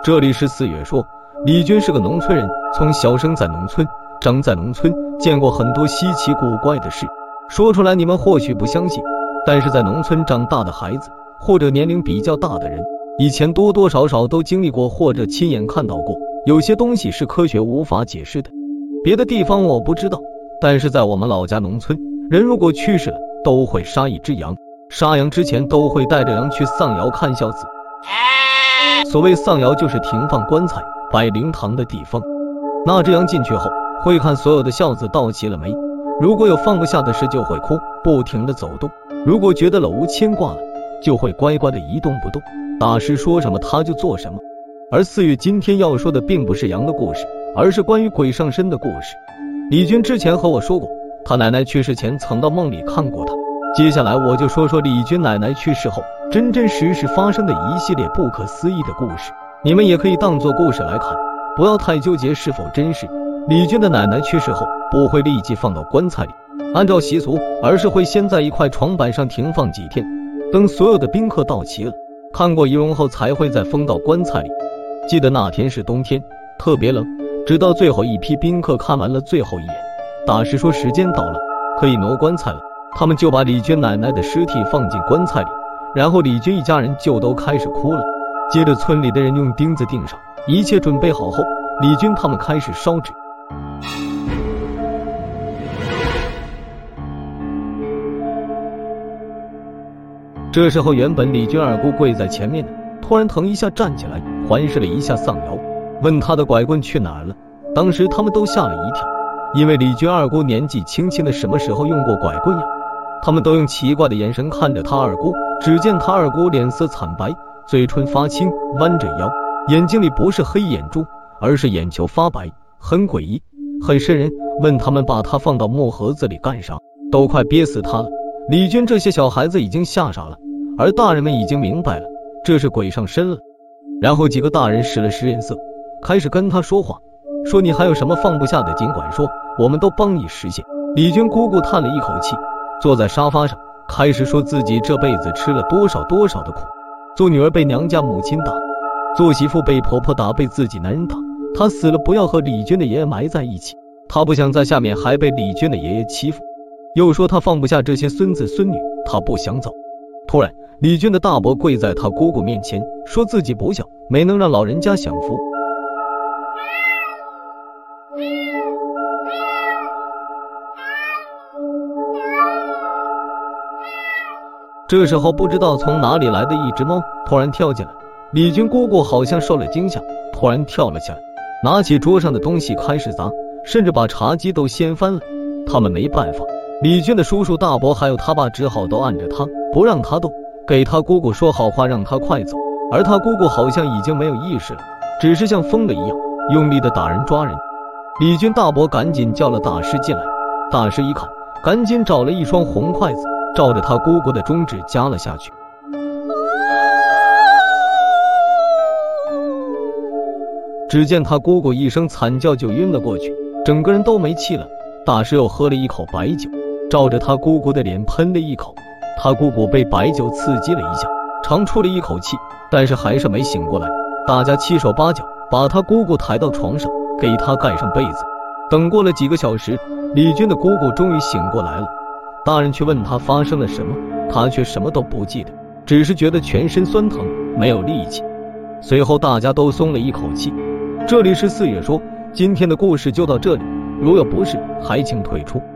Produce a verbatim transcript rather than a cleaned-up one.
这里是四月说，李军是个农村人，从小生在农村，长在农村，见过很多稀奇古怪的事。说出来你们或许不相信，但是在农村长大的孩子，或者年龄比较大的人，以前多多少少都经历过或者亲眼看到过，有些东西是科学无法解释的。别的地方我不知道，但是在我们老家农村，人如果去世了，都会杀一只羊，杀羊之前都会带着羊去丧窑看孝子。所谓丧窑就是停放棺材摆灵堂的地方，那只羊进去后会看所有的孝子到齐了没，如果有放不下的事就会哭，不停地走动，如果觉得了无牵挂了，就会乖乖的一动不动，大师说什么他就做什么。而四月今天要说的并不是羊的故事，而是关于鬼上身的故事。李军之前和我说过，他奶奶去世前曾到梦里看过他。接下来我就说说李军奶奶去世后真真实实发生的一系列不可思议的故事，你们也可以当作故事来看，不要太纠结是否真实。李军的奶奶去世后不会立即放到棺材里，按照习俗，而是会先在一块床板上停放几天，等所有的宾客到齐了，看过仪容后才会再封到棺材里。记得那天是冬天，特别冷，直到最后一批宾客看完了最后一眼，大师说时间到了，可以挪棺材了，他们就把李军奶奶的尸体放进棺材里，然后李军一家人就都开始哭了。接着村里的人用钉子钉上，一切准备好后，李军他们开始烧纸。这时候原本李军二姑跪在前面的，突然腾一下站起来，环视了一下丧窑，问他的拐棍去哪儿了。当时他们都吓了一跳，因为李军二姑年纪轻轻的什么时候用过拐棍呀？他们都用奇怪的眼神看着他二姑，只见他二姑脸色惨白，嘴唇发青，弯着腰，眼睛里不是黑眼珠，而是眼球发白，很诡异，很瘆人。问他们把他放到木盒子里干啥？都快憋死他了。李军这些小孩子已经吓傻了，而大人们已经明白了，这是鬼上身了。然后几个大人使了使眼色，开始跟他说话，说你还有什么放不下的尽管说，我们都帮你实现。李军姑姑叹了一口气，坐在沙发上，开始说自己这辈子吃了多少多少的苦，做女儿被娘家母亲打，做媳妇被婆婆打，被自己男人打，她死了不要和李军的爷爷埋在一起，她不想在下面还被李军的爷爷欺负，又说她放不下这些孙子孙女，她不想走。突然李军的大伯跪在他姑姑面前，说自己不孝，没能让老人家享福。这时候不知道从哪里来的一只猫突然跳进来，李军姑姑好像受了惊吓，突然跳了起来，拿起桌上的东西开始砸，甚至把茶几都掀翻了。他们没办法，李军的叔叔大伯还有他爸只好都按着他，不让他动，给他姑姑说好话让他快走。而他姑姑好像已经没有意识了，只是像疯了一样用力的打人抓人。李军大伯赶紧叫了大师进来，大师一看，赶紧找了一双红筷子，照着他姑姑的中指夹了下去。只见他姑姑一声惨叫就晕了过去，整个人都没气了。大师又喝了一口白酒，照着他姑姑的脸喷了一口，他姑姑被白酒刺激了一下，长出了一口气，但是还是没醒过来。大家七手八脚把他姑姑抬到床上，给他盖上被子。等过了几个小时，李军的姑姑终于醒过来了。大人去问他发生了什么，他却什么都不记得，只是觉得全身酸疼，没有力气。随后大家都松了一口气。这里是四月说，今天的故事就到这里，如有不适还请退出。